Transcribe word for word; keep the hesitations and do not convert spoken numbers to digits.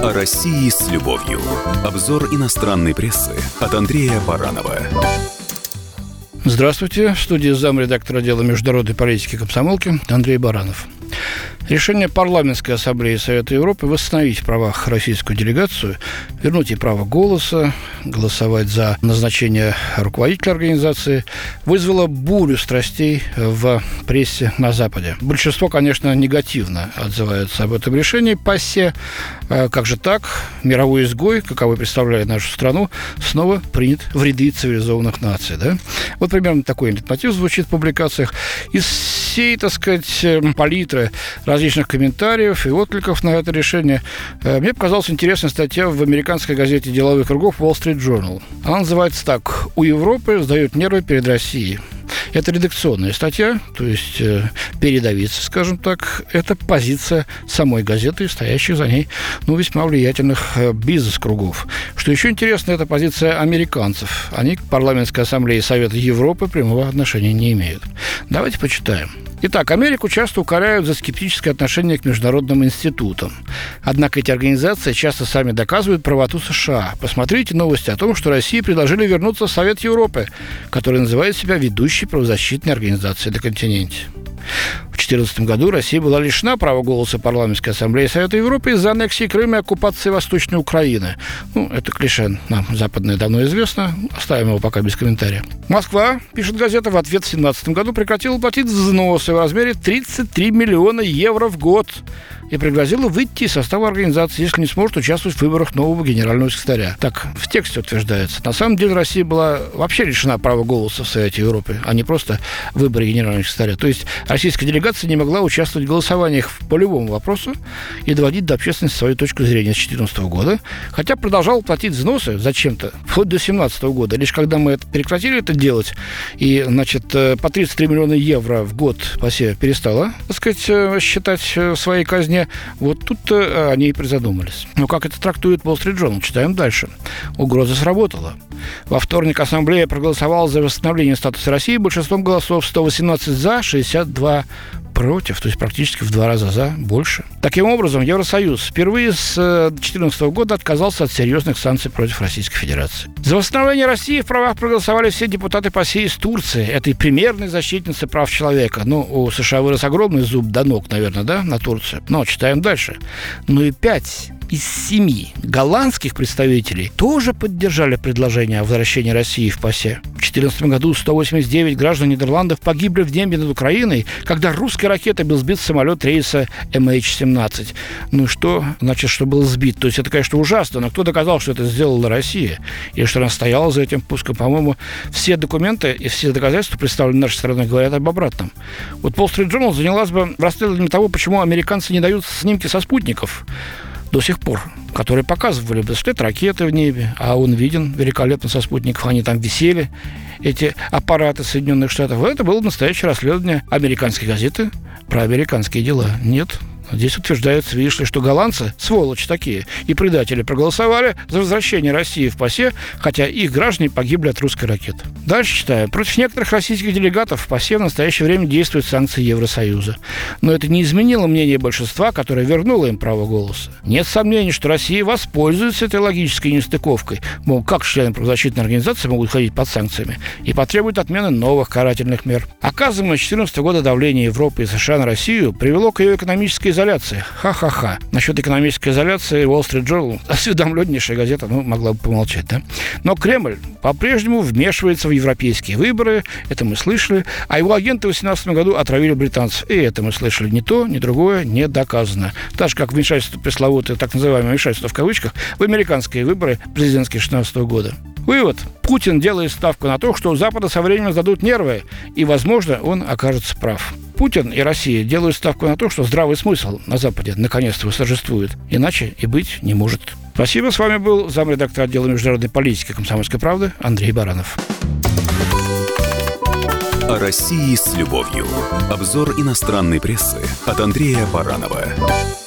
О России с любовью. Обзор иностранной прессы от Андрея Баранова. Здравствуйте. В студии замредактора отдела международной политики комсомолки Андрей Баранов. Решение Парламентской ассамблеи Совета Европы восстановить в правах российскую делегацию, вернуть ей право голоса, голосовать за назначение руководителя организации, вызвало бурю страстей в прессе на Западе. Большинство, конечно, негативно отзывается об этом решении. ПАСЕ, как же так, мировой изгой, каковой представляет нашу страну, снова принят в ряды цивилизованных наций. Да? Вот примерно такой мотив звучит в публикациях. Из всей, так сказать, палитры различных комментариев и откликов на это решение мне показалась интересная статья в американской газете деловых кругов Wall Street Journal. Она называется так: «У Европы сдают нервы перед Россией». Это редакционная статья, то есть э, передовица, скажем так. Это позиция самой газеты и стоящих за ней, ну, весьма влиятельных э, бизнес-кругов. Что еще интересно, это позиция американцев. Они к Парламентской ассамблее Совета Европы прямого отношения не имеют. Давайте почитаем. Итак, Америку часто укоряют за скептическое отношение к международным институтам. Однако эти организации часто сами доказывают правоту США. Посмотрите новости о том, что России предложили вернуться в Совет Европы, который называет себя ведущей правозащитной организацией на континенте. В две тысячи четырнадцатом году Россия была лишена права голоса Парламентской ассамблеи Совета Европы из-за аннексии Крыма и оккупации Восточной Украины. Ну, это клише нам западное давно известно. Оставим его пока без комментария. Москва, пишет газета, в ответ в две тысячи семнадцатом году прекратила платить взносы в размере тридцать три миллиона евро в год и пригрозила выйти из состава организации, если не сможет участвовать в выборах нового генерального секретаря. Так в тексте утверждается. На самом деле Россия была вообще лишена права голоса в Совете Европы, а не просто в выборе генерального секретаря. То есть российская делегация не могла участвовать в голосованиях по любому вопросу и доводить до общественности свою точку зрения с две тысячи четырнадцатого года, хотя продолжал платить взносы зачем-то вплоть до две тысячи семнадцатого года. Лишь когда мы это прекратили это делать, и, значит, по тридцать три миллиона евро в год ПАСЕ перестала, так сказать, считать в своей казне, вот тут-то они и призадумались. Но как это трактует Wall Street Journal? Читаем дальше. Угроза сработала. Во вторник Ассамблея проголосовала за восстановление статуса России большинством голосов сто восемнадцать за, шестьдесят два против, то есть практически в два раза за, больше. Таким образом, Евросоюз впервые с две тысячи четырнадцатого года отказался от серьезных санкций против Российской Федерации. За восстановление России в правах проголосовали все депутаты ПАСЕ из Турции, этой примерной защитницы прав человека. Ну, у США вырос огромный зуб до ног, наверное, да, на Турцию. Но читаем дальше. Ну и пять из семи голландских представителей тоже поддержали предложение о возвращении России в ПАСЕ. В две тысячи четырнадцатом году сто восемьдесят девять граждан Нидерландов погибли в небе над Украиной, когда русской ракетой был сбит самолет рейса эм эйч семнадцать. Ну что значит, что был сбит? То есть это, конечно, ужасно, но кто доказал, что это сделала Россия? И что она стояла за этим пуском? По-моему, все документы и все доказательства, представленные нашей стороной, говорят об обратном. Вот Wall Street Journal занялась бы расследованием того, почему американцы не дают снимки со спутников до сих пор, которые показывали бы след ракеты в небе, а он виден великолепно со спутников, они там висели, эти аппараты Соединенных Штатов. Это было настоящее расследование американской газеты про американские дела. Нет. Здесь утверждается, видишь ли, что голландцы, сволочи такие, и предатели, проголосовали за возвращение России в ПАСЕ, хотя их граждане погибли от русской ракеты. Дальше читаем. Против некоторых российских делегатов в ПАСЕ в настоящее время действуют санкции Евросоюза. Но это не изменило мнение большинства, которое вернуло им право голоса. Нет сомнений, что Россия воспользуется этой логической нестыковкой. Мол, как члены правозащитной организации могут ходить под санкциями, и потребует отмены новых карательных мер. Оказывается, с две тысячи четырнадцатого года давление Европы и США на Россию привело к ее экономической изоляции. Изоляции. Ха-ха-ха. Насчет экономической изоляции Wall Street Journal, осведомленнейшая газета, ну, могла бы помолчать, да? Но Кремль по-прежнему вмешивается в европейские выборы, это мы слышали, а его агенты в две тысячи восемнадцатом году отравили британцев, и это мы слышали. Ни то, ни другое не доказано. Так же, как вмешательство пресловутое, так называемое вмешательство в кавычках, в американские выборы президентские две тысячи шестнадцатого года. Вывод. Путин делает ставку на то, что у Запада со временем сдадут нервы, и, возможно, он окажется прав. Путин и Россия делают ставку на то, что здравый смысл на Западе наконец-то восторжествует. Иначе и быть не может. Спасибо. С вами был замредактор отдела международной политики «Комсомольской правды» Андрей Баранов. О России с любовью. Обзор иностранной прессы от Андрея Баранова.